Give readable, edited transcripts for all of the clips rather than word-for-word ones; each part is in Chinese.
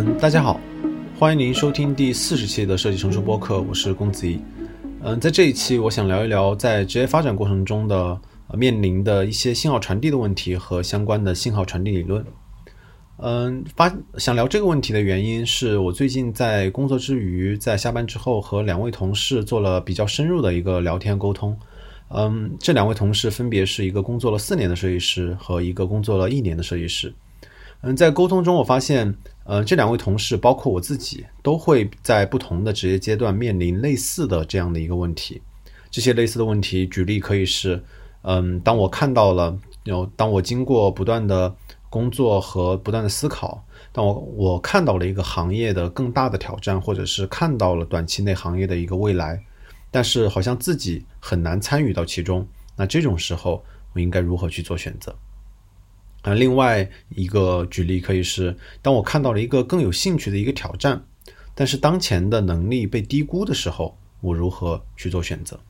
大家好，欢迎您收听第40期的设计成熟播客，我是公子怡。在这一期我想聊一聊在职业发展过程中的面临的一些信号传递的问题和相关的信号传递理论。想聊这个问题的原因是我最近在工作之余，在下班之后和2位同事做了比较深入的一个聊天沟通。这2位同事分别是一个工作了4年的设计师和一个工作了1年的设计师。在沟通中我发现这2位同事包括我自己都会在不同的职业阶段面临类似的这样的一个问题。这些类似的问题举例可以是当我经过不断的工作和不断的思考，当我看到了一个行业的更大的挑战，或者是看到了短期内行业的一个未来，但是好像自己很难参与到其中，那这种时候我应该如何去做选择？另外一个举例可以是，当我看到了一个更有兴趣的一个挑战，但是当前的能力被低估的时候，我如何去做选择？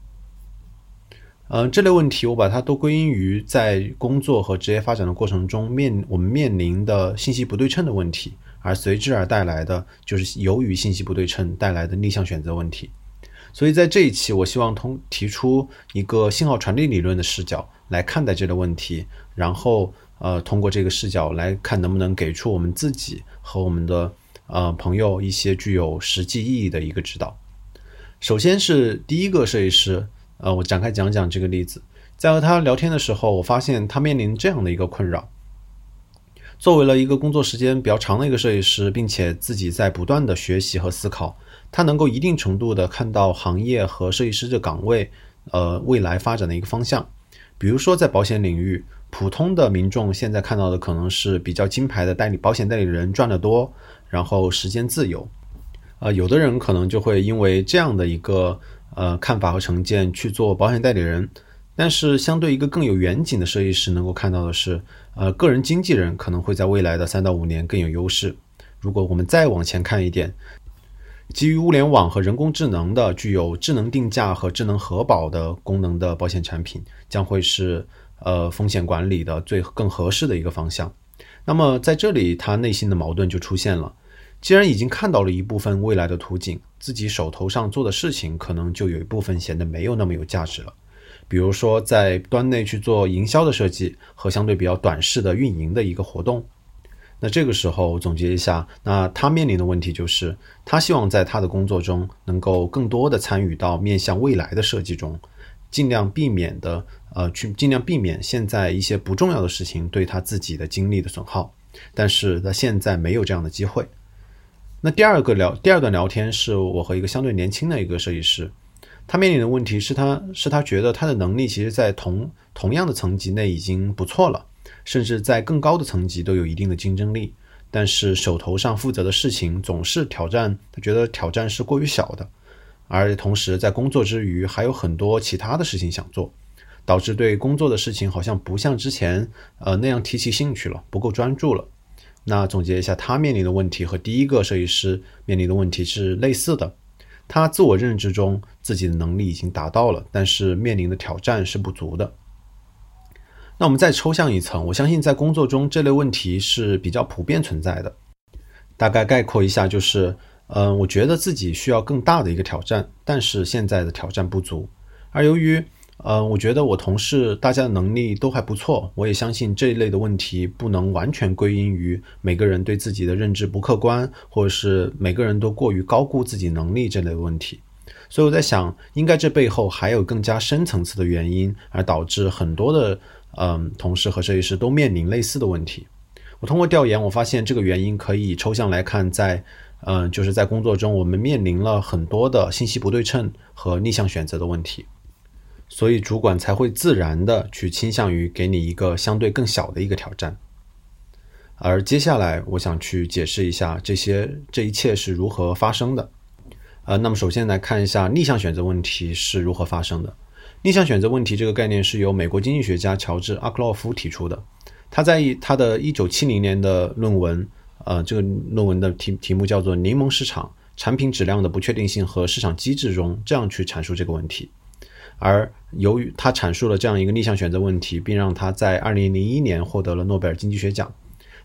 这类问题我把它都归因于在工作和职业发展的过程中我们面临的信息不对称的问题，而随之而带来的就是由于信息不对称带来的逆向选择问题。所以在这一期我希望提出一个信号传递理论的视角来看待这个问题，然后通过这个视角来看能不能给出我们自己和我们的朋友一些具有实际意义的一个指导。首先是第一个设计师，我展开讲讲这个例子。在和他聊天的时候，我发现他面临这样的一个困扰。作为了一个工作时间比较长的一个设计师，并且自己在不断的学习和思考，他能够一定程度的看到行业和设计师这岗位未来发展的一个方向。比如说在保险领域，普通的民众现在看到的可能是比较金牌的保险代理人赚得多，然后时间自由。有的人可能就会因为这样的一个看法和成见去做保险代理人。但是相对一个更有远景的设计师能够看到的是，个人经纪人可能会在未来的3到5年更有优势。如果我们再往前看一点，基于物联网和人工智能的具有智能定价和智能核保的功能的保险产品将会是风险管理的更合适的一个方向。那么在这里他内心的矛盾就出现了，既然已经看到了一部分未来的图景，自己手头上做的事情可能就有一部分显得没有那么有价值了。比如说在端内去做营销的设计和相对比较短视的运营的一个活动。那这个时候总结一下，那他面临的问题就是他希望在他的工作中能够更多的参与到面向未来的设计中，尽量避免现在一些不重要的事情对他自己的精力的损耗，但是他现在没有这样的机会。那第二段聊天是我和一个相对年轻的一个设计师，他面临的问题是他觉得他的能力其实在同样的层级内已经不错了，甚至在更高的层级都有一定的竞争力，但是手头上负责的事情总是他觉得挑战是过于小的，而同时在工作之余还有很多其他的事情想做，导致对工作的事情好像不像之前那样提起兴趣了，不够专注了。那总结一下，他面临的问题和第一个设计师面临的问题是类似的。他自我认知中自己的能力已经达到了，但是面临的挑战是不足的。那我们再抽象一层，我相信在工作中这类问题是比较普遍存在的。大概概括一下就是我觉得自己需要更大的一个挑战，但是现在的挑战不足。而由于我觉得我同事大家的能力都还不错，我也相信这一类的问题不能完全归因于每个人对自己的认知不客观，或者是每个人都过于高估自己能力这类的问题。所以我在想，应该这背后还有更加深层次的原因，而导致很多的同事和设计师都面临类似的问题。我通过调研，我发现这个原因可以抽象来看，就是在工作中我们面临了很多的信息不对称和逆向选择的问题，所以主管才会自然的去倾向于给你一个相对更小的一个挑战。而接下来我想去解释一下这一切是如何发生的。那么首先来看一下逆向选择问题是如何发生的。逆向选择问题这个概念是由美国经济学家乔治·阿克洛夫提出的。他在他的1970年的论文，这个论文的题目叫做《柠檬市场：产品质量的不确定性和市场机制》中，这样去阐述这个问题。而由于他阐述了这样一个逆向选择问题，并让他在2001年获得了诺贝尔经济学奖。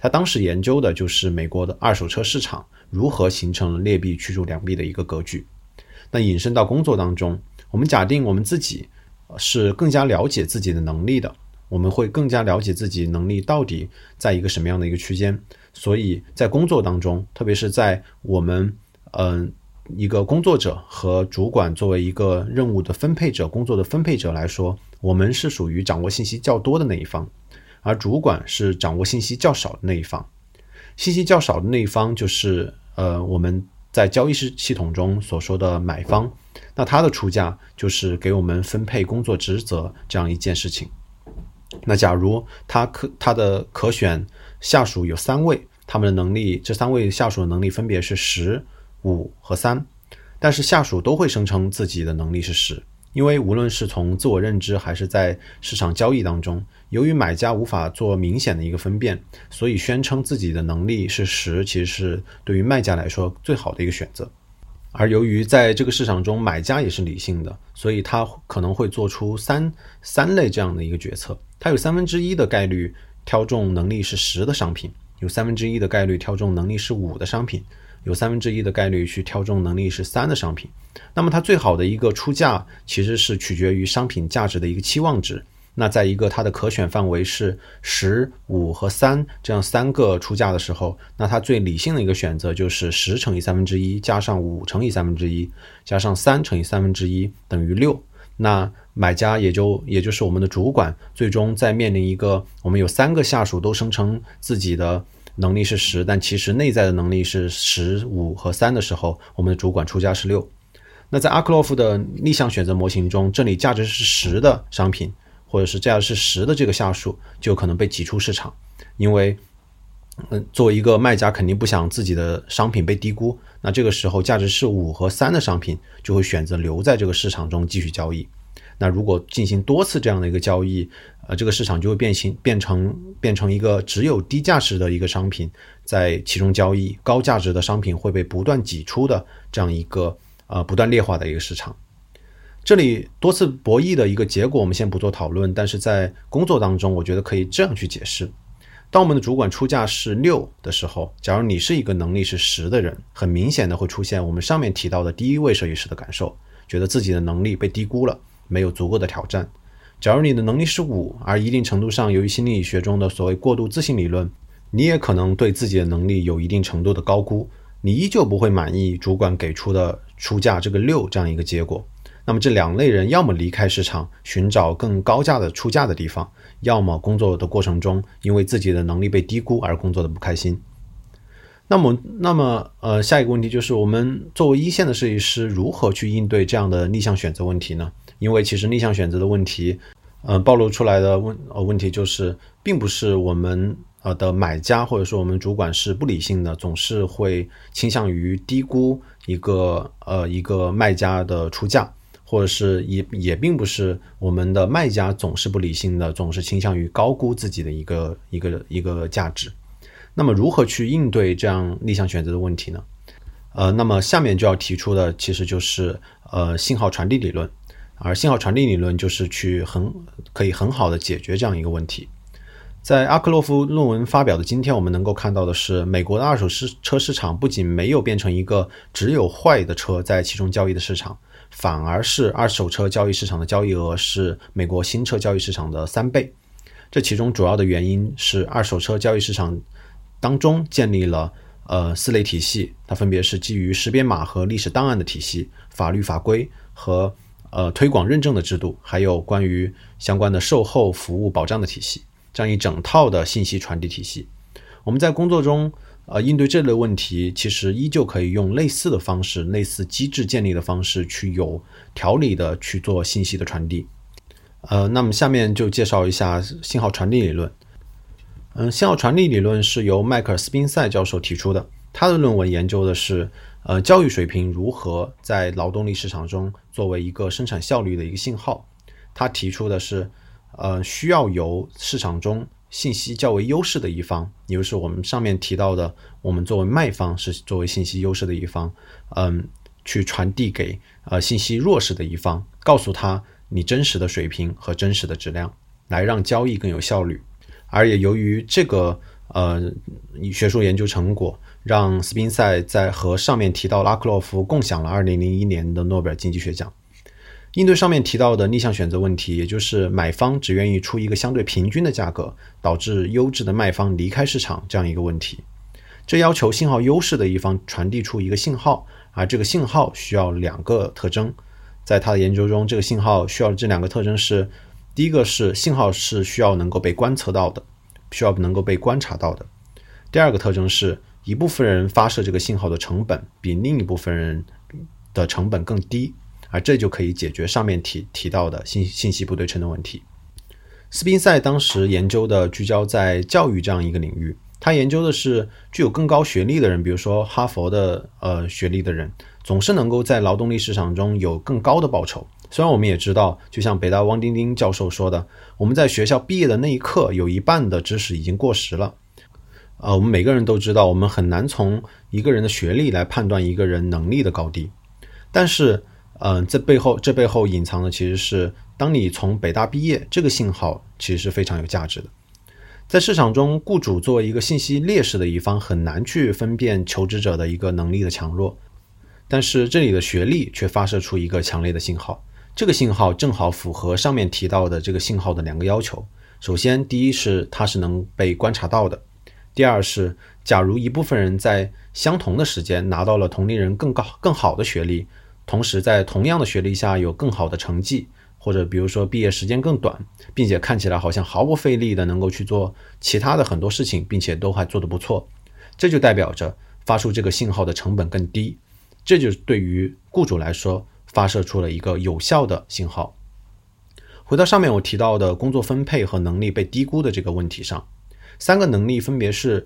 他当时研究的就是美国的二手车市场如何形成了劣币驱逐良币的一个格局。那引申到工作当中，我们假定我们自己是更加了解自己的能力的，我们会更加了解自己能力到底在一个什么样的一个区间。所以在工作当中，特别是在我们一个工作者和主管作为一个任务的分配者、工作的分配者来说，我们是属于掌握信息较多的那一方，而主管是掌握信息较少的那一方。信息较少的那一方就是我们在交易系统中所说的买方，那他的出价就是给我们分配工作职责这样一件事情。那假如他的可选下属有3位，他们的能力，这3位下属的能力分别是10、5和3，但是下属都会声称自己的能力是10，因为无论是从自我认知还是在市场交易当中，由于买家无法做明显的一个分辨，所以宣称自己的能力是10，其实是对于卖家来说最好的一个选择。而由于在这个市场中买家也是理性的，所以他可能会做出三类这样的一个决策。他有1/3的概率挑中能力是10的商品，有1/3的概率挑中能力是5的商品，有1/3的概率去挑中能力是3的商品。那么它最好的一个出价其实是取决于商品价值的一个期望值。那在一个它的可选范围是10、5和3这样3个出价的时候，那它最理性的一个选择就是10乘以1/3加上5乘以1/3加上3乘以1/3等于6。那买家也就是我们的主管，最终在面临一个我们有3个下属都声称自己的能力是10，但其实内在的能力是10、5和3的时候，我们的主管出价是6。那在阿克洛夫的逆向选择模型中，这里价值是10的商品或者是价值是10的这个下属就可能被挤出市场，因为作为一个卖家肯定不想自己的商品被低估，那这个时候价值是5和3的商品就会选择留在这个市场中继续交易。那如果进行多次这样的一个交易，这个市场就会变成一个只有低价值的一个商品在其中交易，高价值的商品会被不断挤出的这样一个不断劣化的一个市场。这里多次博弈的一个结果我们先不做讨论，但是在工作当中我觉得可以这样去解释。当我们的主管出价是6的时候，假如你是一个能力是10的人，很明显的会出现我们上面提到的第一位设计师的感受，觉得自己的能力被低估了，没有足够的挑战。假如你的能力是5，而一定程度上由于心理学中的所谓过度自信理论，你也可能对自己的能力有一定程度的高估，你依旧不会满意主管给出的出价这个6这样一个结果。那么这2类人要么离开市场寻找更高价的出价的地方，要么工作的过程中因为自己的能力被低估而工作的不开心。那么下一个问题就是我们作为一线的设计师如何去应对这样的逆向选择问题呢？因为其实逆向选择的问题暴露出来的问题就是并不是我们的买家或者说我们主管是不理性的，总是会倾向于低估一个卖家的出价，或者是也并不是我们的卖家总是不理性的，总是倾向于高估自己的一个价值。那么如何去应对这样逆向选择的问题呢？那么下面就要提出的其实就是信号传递理论，而信号传递理论就是可以很好的解决这样一个问题。在阿克洛夫论文发表的今天，我们能够看到的是，美国的二手车市场不仅没有变成一个只有坏的车在其中交易的市场，反而是二手车交易市场的交易额是美国新车交易市场的3倍。这其中主要的原因是二手车交易市场当中建立了4类体系，它分别是基于识别码和历史档案的体系、法律法规和推广认证的制度，还有关于相关的售后服务保障的体系，这样一整套的信息传递体系。我们在工作中应对这类问题，其实依旧可以用类似的方式、类似机制建立的方式去有条理的去做信息的传递。那么下面就介绍一下信号传递理论。信号传递理论是由迈克尔斯宾塞教授提出的，他的论文研究的是教育水平如何在劳动力市场中作为一个生产效率的一个信号。他提出的是需要由市场中信息较为优势的一方，也就是我们上面提到的我们作为卖方是作为信息优势的一方，去传递给信息弱势的一方，告诉他你真实的水平和真实的质量，来让交易更有效率。而也由于这个学术研究成果，让斯宾塞在和上面提到的阿克洛夫共享了2001年的诺贝尔经济学奖。应对上面提到的逆向选择问题，也就是买方只愿意出一个相对平均的价格，导致优质的卖方离开市场这样一个问题。这要求信号优势的一方传递出一个信号，而这个信号需要2个特征。在他的研究中，这个信号需要的这2个特征是：第一个是信号是需要能够被观测到的，需要能够被观察到的；第2个特征是一部分人发射这个信号的成本比另一部分人的成本更低，而这就可以解决上面提到的信息不对称的问题。斯宾塞当时研究的聚焦在教育这样一个领域，他研究的是具有更高学历的人，比如说哈佛的学历的人，总是能够在劳动力市场中有更高的报酬。虽然我们也知道，就像北大汪丁丁教授说的，我们在学校毕业的那一刻，有一半的知识已经过时了。我们每个人都知道，我们很难从一个人的学历来判断一个人能力的高低。但是这背后隐藏的其实是，当你从北大毕业，这个信号其实是非常有价值的。在市场中，雇主作为一个信息劣势的一方，很难去分辨求职者的一个能力的强弱，但是这里的学历却发射出一个强烈的信号。这个信号正好符合上面提到的这个信号的2个要求。首先，第一是它是能被观察到的；第二是，假如一部分人在相同的时间拿到了同龄人更好的学历，同时在同样的学历下有更好的成绩，或者比如说毕业时间更短，并且看起来好像毫不费力的能够去做其他的很多事情，并且都还做得不错，这就代表着发出这个信号的成本更低，这就对于雇主来说发射出了一个有效的信号。回到上面我提到的工作分配和能力被低估的这个问题上，3个能力分别是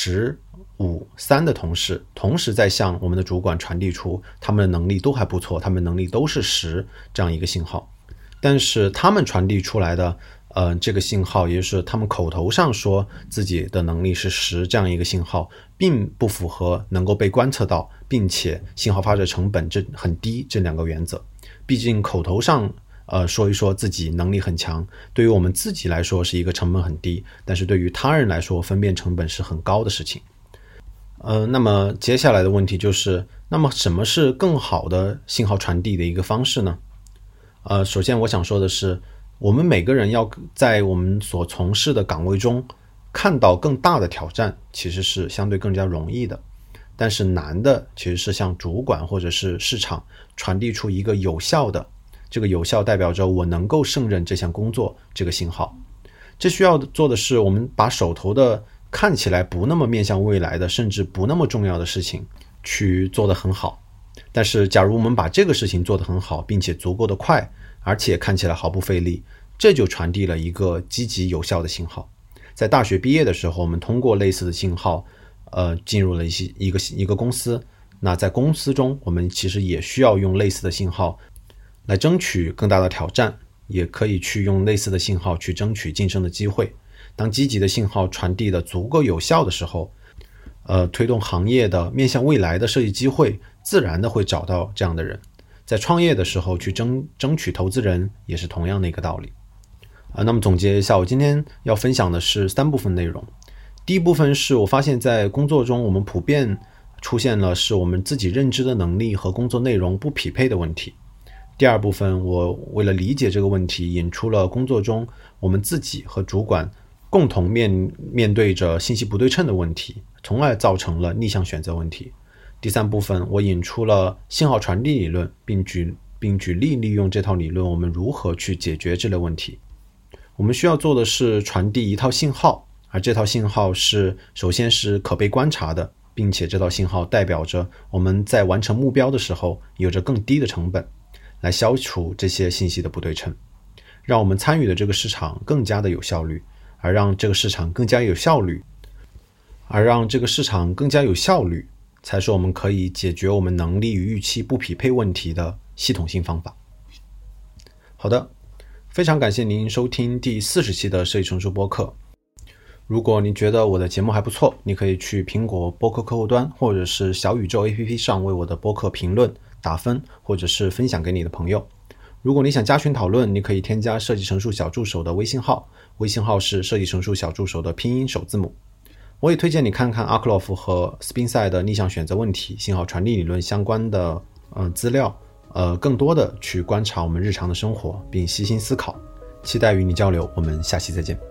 10、5、3的同事同时在向我们的主管传递出他们的能力都还不错，他们能力都是10这样一个信号。但是他们传递出来的这个信号，也就是他们口头上说自己的能力是10这样一个信号，并不符合能够被观测到并且信号发射成本很低这2个原则。毕竟口头上说一说自己能力很强，对于我们自己来说是一个成本很低，但是对于他人来说分辨成本是很高的事情。那么接下来的问题就是，那么什么是更好的信号传递的一个方式呢？首先我想说的是，我们每个人要在我们所从事的岗位中看到更大的挑战，其实是相对更加容易的。但是难的其实是向主管或者是市场传递出一个有效的，这个有效代表着我能够胜任这项工作这个信号。这需要做的是，我们把手头的看起来不那么面向未来的，甚至不那么重要的事情去做得很好。但是假如我们把这个事情做得很好，并且足够的快，而且看起来毫不费力，这就传递了一个积极有效的信号。在大学毕业的时候，我们通过类似的信号进入了一个公司。那在公司中，我们其实也需要用类似的信号来争取更大的挑战，也可以去用类似的信号去争取晋升的机会。当积极的信号传递的足够有效的时候，推动行业的面向未来的设计机会，自然的会找到这样的人。在创业的时候去争取投资人，也是同样的一个道理。那么总结一下，我今天要分享的是3部分内容。第一部分是我发现在工作中我们普遍出现了是我们自己认知的能力和工作内容不匹配的问题。第二部分，我为了理解这个问题，引出了工作中我们自己和主管共同面对着信息不对称的问题，从而造成了逆向选择问题。第3部分，我引出了信号传递理论，并举例利用这套理论，我们如何去解决这类问题。我们需要做的是传递一套信号，而这套信号首先是可被观察的，并且这套信号代表着我们在完成目标的时候有着更低的成本，来消除这些信息的不对称，让我们参与的这个市场更加的有效率，而让这个市场更加有效率，才是我们可以解决我们能力与预期不匹配问题的系统性方法。好的，非常感谢您收听第40期的设计成熟播客。如果你觉得我的节目还不错，你可以去苹果播客客户端或者是小宇宙 APP 上为我的播客评论、打分，或者是分享给你的朋友。如果你想加群讨论，你可以添加设计成熟小助手的微信号，微信号是设计成熟小助手的拼音首字母。 我也推荐你看看阿克洛夫和斯宾塞的逆向选择问题、信号传递理论相关的资料，更多的去观察我们日常的生活，并细心思考。期待与你交流，我们下期再见。